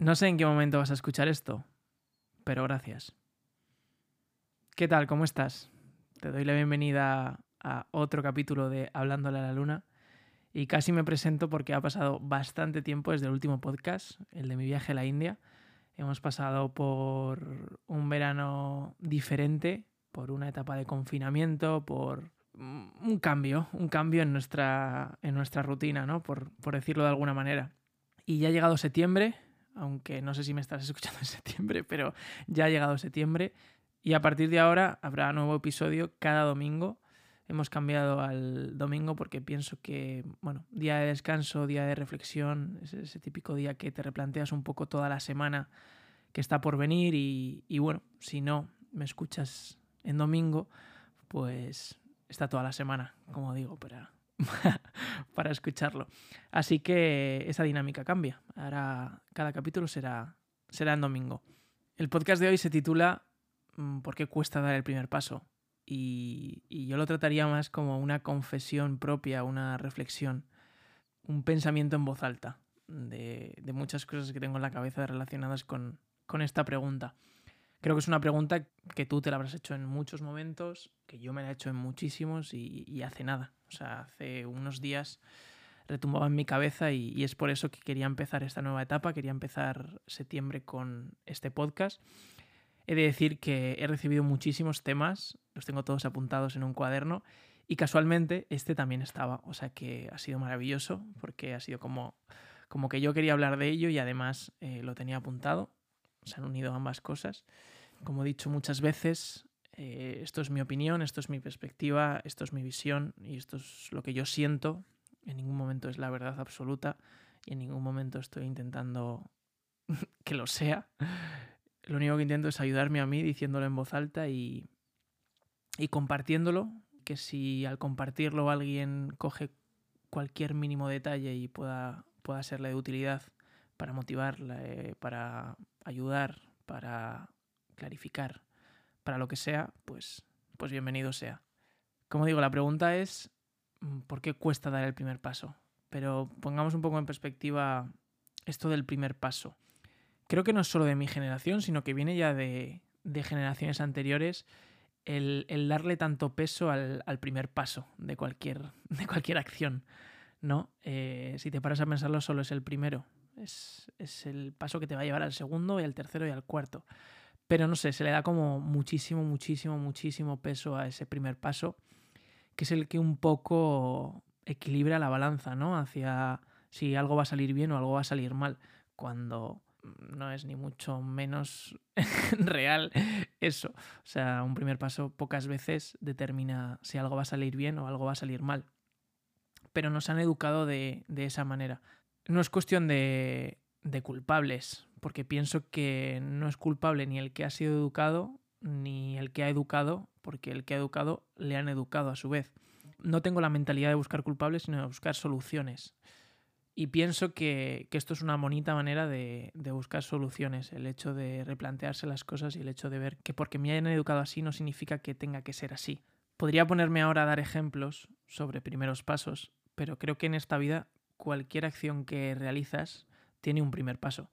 No sé en qué momento vas a escuchar esto, pero gracias. ¿Qué tal? ¿Cómo estás? Te doy la bienvenida a otro capítulo de Hablándole a la Luna y casi me presento porque ha pasado bastante tiempo desde el último podcast, el de mi viaje a la India. Hemos pasado por un verano diferente, por una etapa de confinamiento, por un cambio en nuestra rutina, ¿no? Por decirlo de alguna manera. Y ya ha llegado septiembre, aunque no sé si me estás escuchando en septiembre, pero ya ha llegado septiembre y a partir de ahora habrá nuevo episodio cada domingo. Hemos cambiado al domingo porque pienso que, bueno, día de descanso, día de reflexión, es ese típico día que te replanteas un poco toda la semana que está por venir y bueno, si no me escuchas en domingo, pues está toda la semana, como digo, para escucharlo. Así que esa dinámica cambia. Ahora cada capítulo será en domingo. El podcast de hoy se titula ¿Por qué cuesta dar el primer paso? Y yo lo trataría más como una confesión propia, una reflexión, un pensamiento en voz alta de muchas cosas que tengo en la cabeza relacionadas con esta pregunta. Creo que es una pregunta que tú te la habrás hecho en muchos momentos, que yo me la he hecho en muchísimos y hace nada. O sea, hace unos días retumbaba en mi cabeza y es por eso que quería empezar esta nueva etapa, quería empezar septiembre con este podcast. He de decir que he recibido muchísimos temas, los tengo todos apuntados en un cuaderno y casualmente este también estaba, o sea que ha sido maravilloso porque ha sido como que yo quería hablar de ello y además lo tenía apuntado, se han unido ambas cosas. Como he dicho muchas veces, esto es mi opinión, esto es mi perspectiva, esto es mi visión y esto es lo que yo siento. En ningún momento es la verdad absoluta y en ningún momento estoy intentando que lo sea. Lo único que intento es ayudarme a mí diciéndolo en voz alta y compartiéndolo, que si al compartirlo alguien coge cualquier mínimo detalle y pueda serle de utilidad para motivar, para ayudar, para clarificar, para lo que sea, pues bienvenido sea. Como digo, la pregunta es ¿por qué cuesta dar el primer paso? Pero pongamos un poco en perspectiva esto del primer paso. Creo que no es solo de mi generación, sino que viene ya de generaciones anteriores el darle tanto peso al primer paso de cualquier acción, ¿no? Si te paras a pensarlo, solo es el primero. Es el paso que te va a llevar al segundo y al tercero y al cuarto. Pero no sé, se le da como muchísimo peso a ese primer paso, que es el que un poco equilibra la balanza, ¿no? Hacia si algo va a salir bien o algo va a salir mal, cuando no es ni mucho menos real eso. O sea, un primer paso pocas veces determina si algo va a salir bien o algo va a salir mal. Pero nos han educado de esa manera. No es cuestión de culpables, porque pienso que no es culpable ni el que ha sido educado ni el que ha educado, porque el que ha educado le han educado a su vez. No tengo la mentalidad de buscar culpables, sino de buscar soluciones. Y pienso que esto es una bonita manera de buscar soluciones, el hecho de replantearse las cosas y el hecho de ver que porque me hayan educado así no significa que tenga que ser así. Podría ponerme ahora a dar ejemplos sobre primeros pasos, pero creo que en esta vida cualquier acción que realizas tiene un primer paso.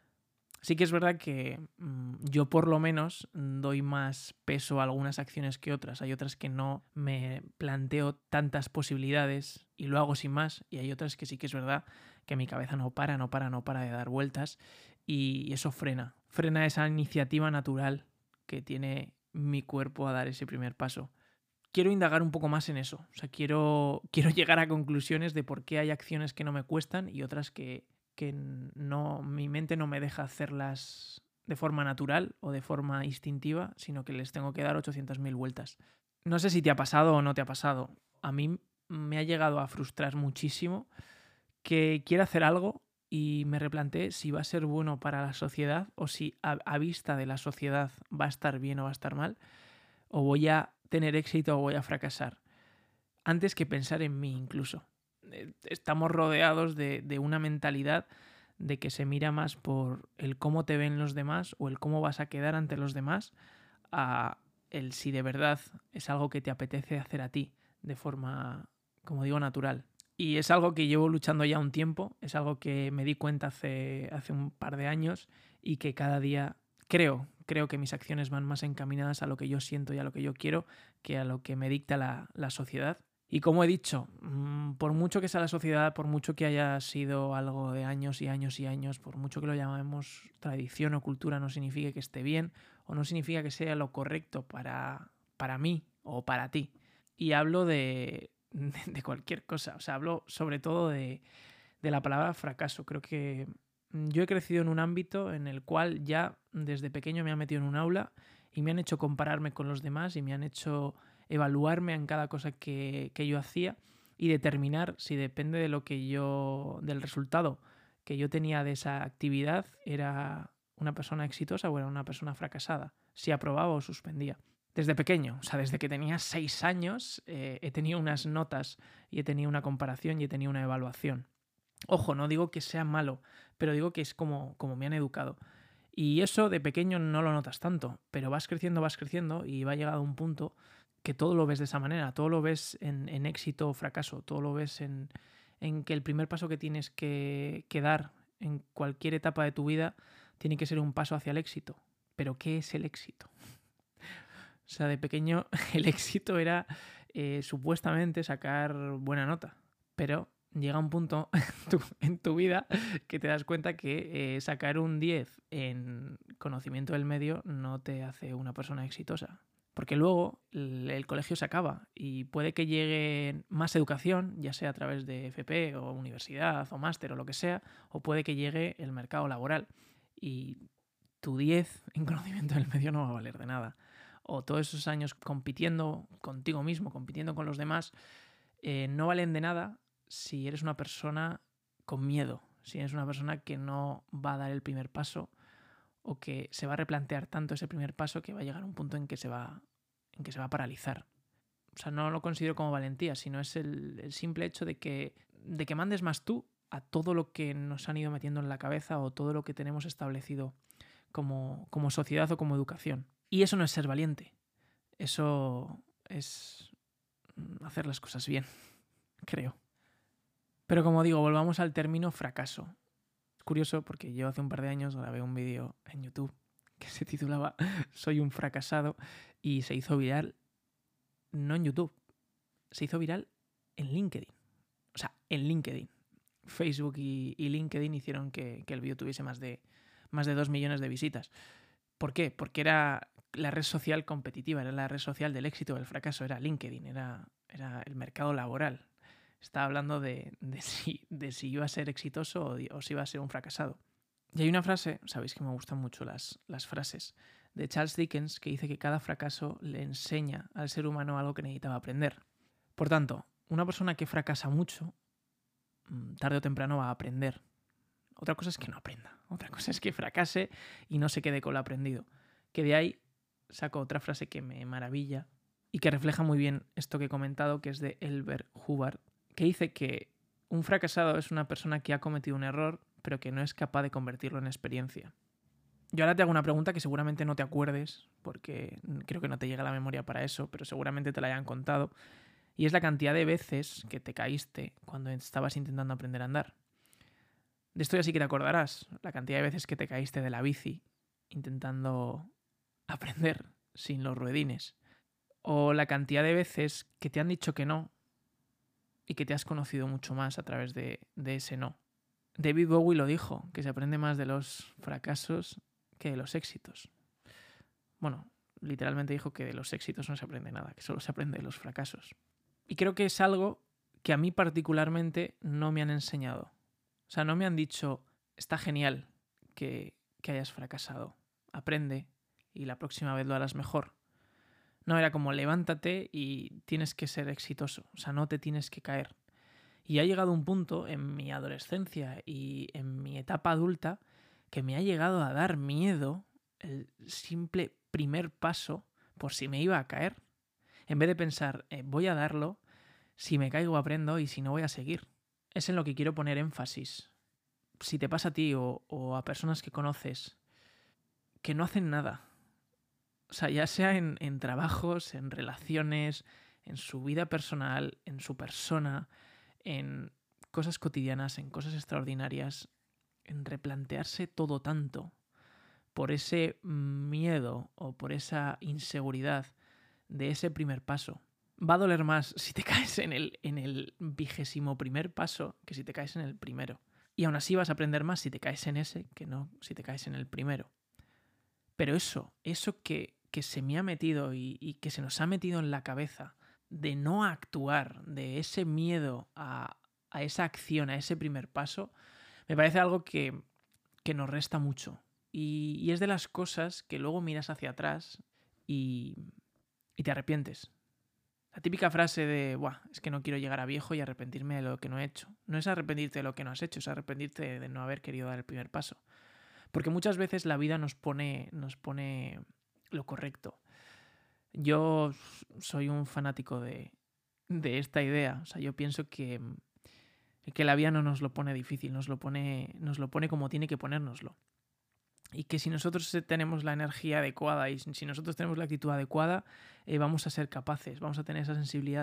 Sí que es verdad que yo por lo menos doy más peso a algunas acciones que otras. Hay otras que no me planteo tantas posibilidades y lo hago sin más. Y hay otras que sí que es verdad que mi cabeza no para de dar vueltas y eso frena esa iniciativa natural que tiene mi cuerpo a dar ese primer paso. Quiero indagar un poco más en eso. O sea, quiero llegar a conclusiones de por qué hay acciones que no me cuestan y otras que no, mi mente no me deja hacerlas de forma natural o de forma instintiva, sino que les tengo que dar 800.000 vueltas. No sé si te ha pasado o no te ha pasado. A mí me ha llegado a frustrar muchísimo que quiera hacer algo y me replanteé si va a ser bueno para la sociedad o si a vista de la sociedad va a estar bien o va a estar mal, o voy a tener éxito o voy a fracasar. Antes que pensar en mí incluso. Estamos rodeados de una mentalidad de que se mira más por el cómo te ven los demás o el cómo vas a quedar ante los demás a el si de verdad es algo que te apetece hacer a ti de forma, como digo, natural. Y es algo que llevo luchando ya un tiempo, es algo que me di cuenta hace un par de años y que cada día creo que mis acciones van más encaminadas a lo que yo siento y a lo que yo quiero que a lo que me dicta la sociedad. Y como he dicho, por mucho que sea la sociedad, por mucho que haya sido algo de años y años y años, por mucho que lo llamemos tradición o cultura, no significa que esté bien o no significa que sea lo correcto para mí o para ti. Y hablo de cualquier cosa, o sea, hablo sobre todo de la palabra fracaso. Creo que yo he crecido en un ámbito en el cual ya desde pequeño me han metido en un aula y me han hecho compararme con los demás y me han hecho evaluarme en cada cosa que yo hacía y determinar si depende de del resultado que yo tenía de esa actividad, era una persona exitosa o era una persona fracasada, si aprobaba o suspendía. Desde pequeño, o sea, desde que tenía 6 años, he tenido unas notas y he tenido una comparación y he tenido una evaluación. Ojo, no digo que sea malo, pero digo que es como me han educado. Y eso de pequeño no lo notas tanto, pero vas creciendo y va a llegar a un punto que todo lo ves de esa manera, todo lo ves en éxito o fracaso, todo lo ves en que el primer paso que tienes que dar en cualquier etapa de tu vida tiene que ser un paso hacia el éxito. Pero ¿qué es el éxito? O sea, de pequeño el éxito era supuestamente sacar buena nota, pero llega un punto en tu vida que te das cuenta que sacar un 10 en conocimiento del medio no te hace una persona exitosa. Porque luego el colegio se acaba y puede que llegue más educación, ya sea a través de FP o universidad o máster o lo que sea, o puede que llegue el mercado laboral y tu 10 en conocimiento del medio no va a valer de nada. O todos esos años compitiendo contigo mismo, compitiendo con los demás, no valen de nada si eres una persona con miedo, si eres una persona que no va a dar el primer paso o que se va a replantear tanto ese primer paso que va a llegar a un punto en que se va a paralizar. O sea, no lo considero como valentía, sino es el simple hecho de que mandes más tú a todo lo que nos han ido metiendo en la cabeza o todo lo que tenemos establecido como sociedad o como educación. Y eso no es ser valiente, eso es hacer las cosas bien, creo. Pero como digo, volvamos al término fracaso. Es curioso porque yo hace un par de años grabé un vídeo en YouTube que se titulaba Soy un fracasado y se hizo viral, no en YouTube, se hizo viral en LinkedIn. O sea, en LinkedIn. Facebook y LinkedIn hicieron que el vídeo tuviese más de 2 millones de visitas. ¿Por qué? Porque era la red social competitiva, era la red social del éxito o del fracaso, era LinkedIn, era el mercado laboral. Estaba hablando de si iba a ser exitoso o si iba a ser un fracasado. Y hay una frase, sabéis que me gustan mucho las frases, de Charles Dickens, que dice que cada fracaso le enseña al ser humano algo que necesitaba aprender. Por tanto, una persona que fracasa mucho, tarde o temprano va a aprender. Otra cosa es que no aprenda. Otra cosa es que fracase y no se quede con lo aprendido. Que de ahí saco otra frase que me maravilla y que refleja muy bien esto que he comentado, que es de Elbert Hubbard, que dice que un fracasado es una persona que ha cometido un error, pero que no es capaz de convertirlo en experiencia. Yo ahora te hago una pregunta que seguramente no te acuerdes, porque creo que no te llega la memoria para eso, pero seguramente te la hayan contado, y es la cantidad de veces que te caíste cuando estabas intentando aprender a andar. De esto ya sí que te acordarás, la cantidad de veces que te caíste de la bici intentando aprender sin los ruedines. O la cantidad de veces que te han dicho que no y que te has conocido mucho más a través de ese no. David Bowie lo dijo, que se aprende más de los fracasos que de los éxitos. Bueno, literalmente dijo que de los éxitos no se aprende nada, que solo se aprende de los fracasos. Y creo que es algo que a mí particularmente no me han enseñado. O sea, no me han dicho, está genial que hayas fracasado, aprende y la próxima vez lo harás mejor. No, era como levántate y tienes que ser exitoso, o sea, no te tienes que caer. Y ha llegado un punto en mi adolescencia y en mi etapa adulta que me ha llegado a dar miedo el simple primer paso por si me iba a caer. En vez de pensar, voy a darlo, si me caigo aprendo y si no voy a seguir. Es en lo que quiero poner énfasis. Si te pasa a ti o a personas que conoces que no hacen nada, o sea, ya sea en trabajos, en relaciones, en su vida personal, en su persona, en cosas cotidianas, en cosas extraordinarias, en replantearse todo tanto por ese miedo o por esa inseguridad de ese primer paso. Va a doler más si te caes en el 21º paso que si te caes en el primero. Y aún así vas a aprender más si te caes en ese que no si te caes en el primero. Pero eso que se me ha metido y que se nos ha metido en la cabeza de no actuar, de ese miedo a esa acción, a ese primer paso, me parece algo que nos resta mucho. Y es de las cosas que luego miras hacia atrás y te arrepientes. La típica frase de, buah, es que no quiero llegar a viejo y arrepentirme de lo que no he hecho. No es arrepentirte de lo que no has hecho, es arrepentirte de no haber querido dar el primer paso. Porque muchas veces la vida nos pone lo correcto. Yo soy un fanático de esta idea. O sea, yo pienso que la vida no nos lo pone difícil, nos lo pone como tiene que ponérnoslo. Y que si nosotros tenemos la energía adecuada y si nosotros tenemos la actitud adecuada, vamos a ser capaces, vamos a tener esa sensibilidad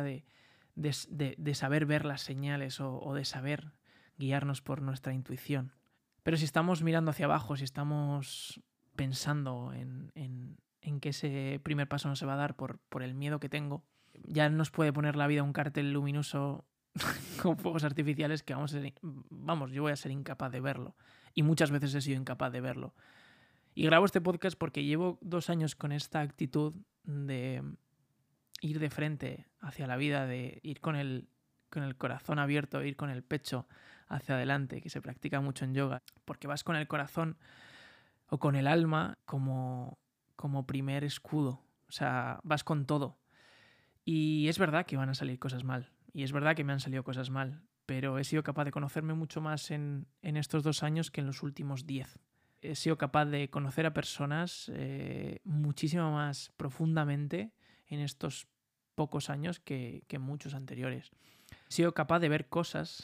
de saber ver las señales o de saber guiarnos por nuestra intuición. Pero si estamos mirando hacia abajo, si estamos pensando en que ese primer paso no se va a dar por el miedo que tengo, ya nos puede poner la vida un cartel luminoso con fuegos artificiales que yo voy a ser incapaz de verlo. Y muchas veces he sido incapaz de verlo. Y grabo este podcast porque llevo 2 años con esta actitud de ir de frente hacia la vida, de ir con el corazón abierto, ir con el pecho hacia adelante, que se practica mucho en yoga, porque vas con el corazón o con el alma como primer escudo. O sea, vas con todo. Y es verdad que van a salir cosas mal. Y es verdad que me han salido cosas mal. Pero he sido capaz de conocerme mucho más en estos 2 años que en los últimos 10. He sido capaz de conocer a personas muchísimo más profundamente en estos pocos años que muchos anteriores. He sido capaz de ver cosas...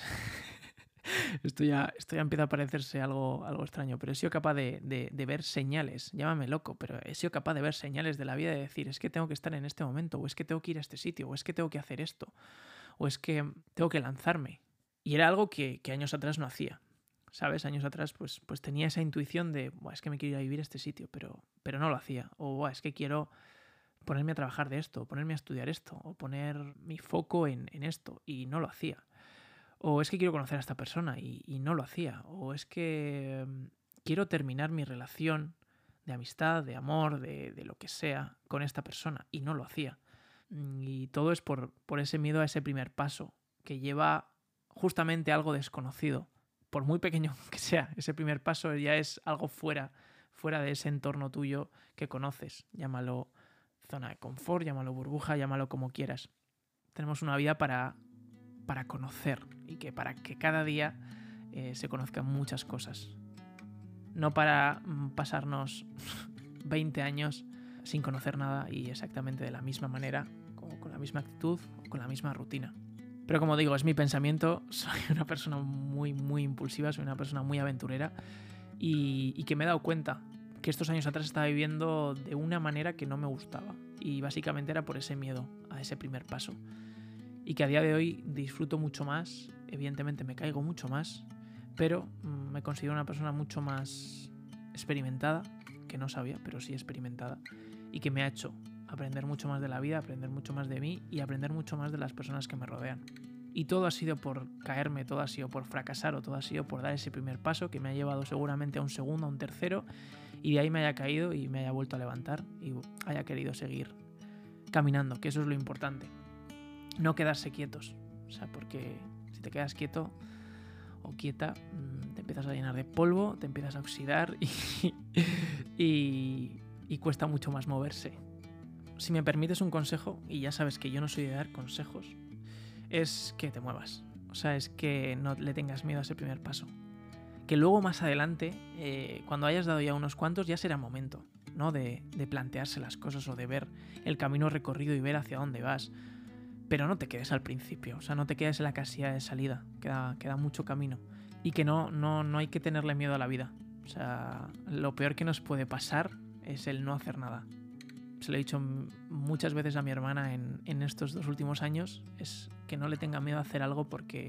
Esto ya empieza a parecerse algo extraño, pero he sido capaz de ver señales, llámame loco, pero he sido capaz de ver señales de la vida, de decir, es que tengo que estar en este momento, o es que tengo que ir a este sitio, o es que tengo que hacer esto, o es que tengo que lanzarme. Y era algo que años atrás no hacía, ¿sabes? Años atrás pues tenía esa intuición de, es que me quiero ir a vivir a este sitio, pero no lo hacía, o es que quiero ponerme a trabajar de esto, o ponerme a estudiar esto, o poner mi foco en esto, y no lo hacía. O es que quiero conocer a esta persona y no lo hacía. O es que quiero terminar mi relación de amistad, de amor, de lo que sea con esta persona y no lo hacía. Y todo es por ese miedo a ese primer paso que lleva justamente algo desconocido. Por muy pequeño que sea, ese primer paso ya es algo fuera de ese entorno tuyo que conoces. Llámalo zona de confort, llámalo burbuja, llámalo como quieras. Tenemos una vida para conocer y para que cada día se conozcan muchas cosas. No para pasarnos 20 años sin conocer nada y exactamente de la misma manera, con la misma actitud, con la misma rutina. Pero como digo, es mi pensamiento, soy una persona muy, muy impulsiva, soy una persona muy aventurera y que me he dado cuenta que estos años atrás estaba viviendo de una manera que no me gustaba y básicamente era por ese miedo a ese primer paso. Y que a día de hoy disfruto mucho más, evidentemente me caigo mucho más, pero me considero una persona mucho más experimentada, que no sabía, pero sí experimentada, y que me ha hecho aprender mucho más de la vida, aprender mucho más de mí y aprender mucho más de las personas que me rodean. Y todo ha sido por caerme, todo ha sido por fracasar o todo ha sido por dar ese primer paso que me ha llevado seguramente a un segundo, a un tercero, y de ahí me haya caído y me haya vuelto a levantar y haya querido seguir caminando, que eso es lo importante. No quedarse quietos, o sea, porque si te quedas quieto o quieta, te empiezas a llenar de polvo, te empiezas a oxidar y cuesta mucho más moverse. Si me permites un consejo, y ya sabes que yo no soy de dar consejos, es que te muevas. O sea, es que no le tengas miedo a ese primer paso. Que luego más adelante, cuando hayas dado ya unos cuantos, ya será momento, ¿no? De plantearse las cosas o de ver el camino recorrido y ver hacia dónde vas. Pero no te quedes al principio, o sea, no te quedes en la casilla de salida, queda mucho camino. Y que no hay que tenerle miedo a la vida. O sea, lo peor que nos puede pasar es el no hacer nada. Se lo he dicho muchas veces a mi hermana en estos 2 últimos años, es que no le tenga miedo a hacer algo porque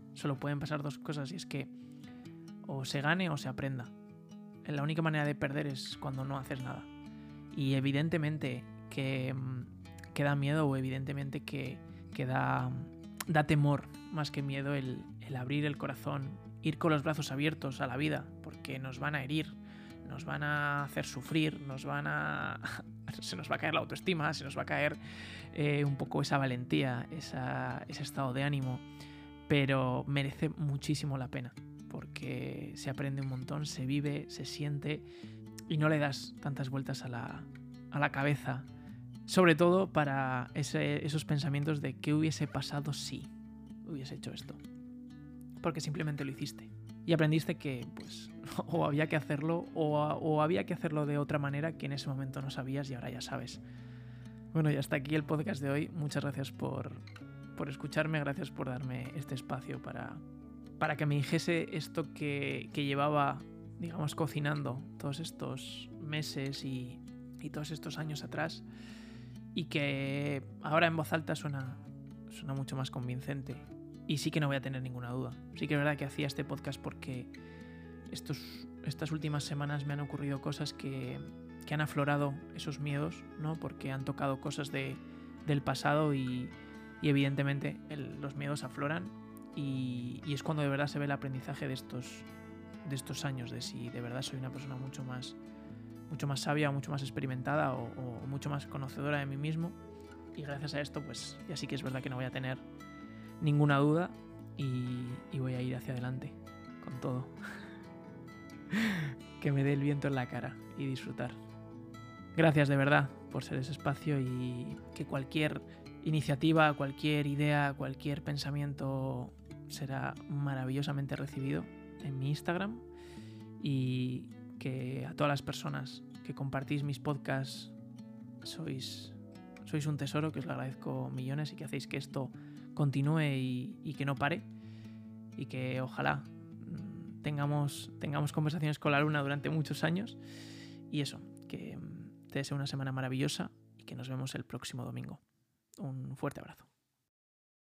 solo pueden pasar dos cosas, y es que o se gane o se aprenda. La única manera de perder es cuando no haces nada. Y evidentemente que da miedo, o evidentemente que da temor más que miedo el abrir el corazón, ir con los brazos abiertos a la vida, porque nos van a herir, nos van a hacer sufrir, se nos va a caer la autoestima, se nos va a caer un poco esa valentía, ese estado de ánimo, pero merece muchísimo la pena, porque se aprende un montón, se vive, se siente y no le das tantas vueltas a la cabeza, sobre todo para esos pensamientos de qué hubiese pasado si hubiese hecho esto, porque simplemente lo hiciste y aprendiste que pues o había que hacerlo o había que hacerlo de otra manera que en ese momento no sabías y ahora ya sabes. Bueno, y hasta aquí el podcast de hoy. Muchas gracias por escucharme, gracias por darme este espacio para que me dijese esto que llevaba, digamos, cocinando todos estos meses y todos estos años atrás, y que ahora en voz alta suena mucho más convincente. Y sí que no voy a tener ninguna duda. Sí que es verdad que hacía este podcast porque estas últimas semanas me han ocurrido cosas que han aflorado esos miedos, ¿no? Porque han tocado cosas del pasado y evidentemente los miedos afloran y es cuando de verdad se ve el aprendizaje de estos años, de si de verdad soy una persona mucho más sabia, mucho más experimentada o mucho más conocedora de mí mismo. Y gracias a esto pues ya sí que es verdad que no voy a tener ninguna duda y voy a ir hacia adelante con todo. Que me dé el viento en la cara y disfrutar. Gracias de verdad por ser ese espacio, y que cualquier iniciativa, cualquier idea, cualquier pensamiento será maravillosamente recibido en mi Instagram, y que a todas las personas que compartís mis podcasts sois un tesoro, que os lo agradezco millones, y que hacéis que esto continúe y que no pare, y que ojalá tengamos conversaciones con la luna durante muchos años. Y eso, que te deseo una semana maravillosa y que nos vemos el próximo domingo. Un fuerte abrazo.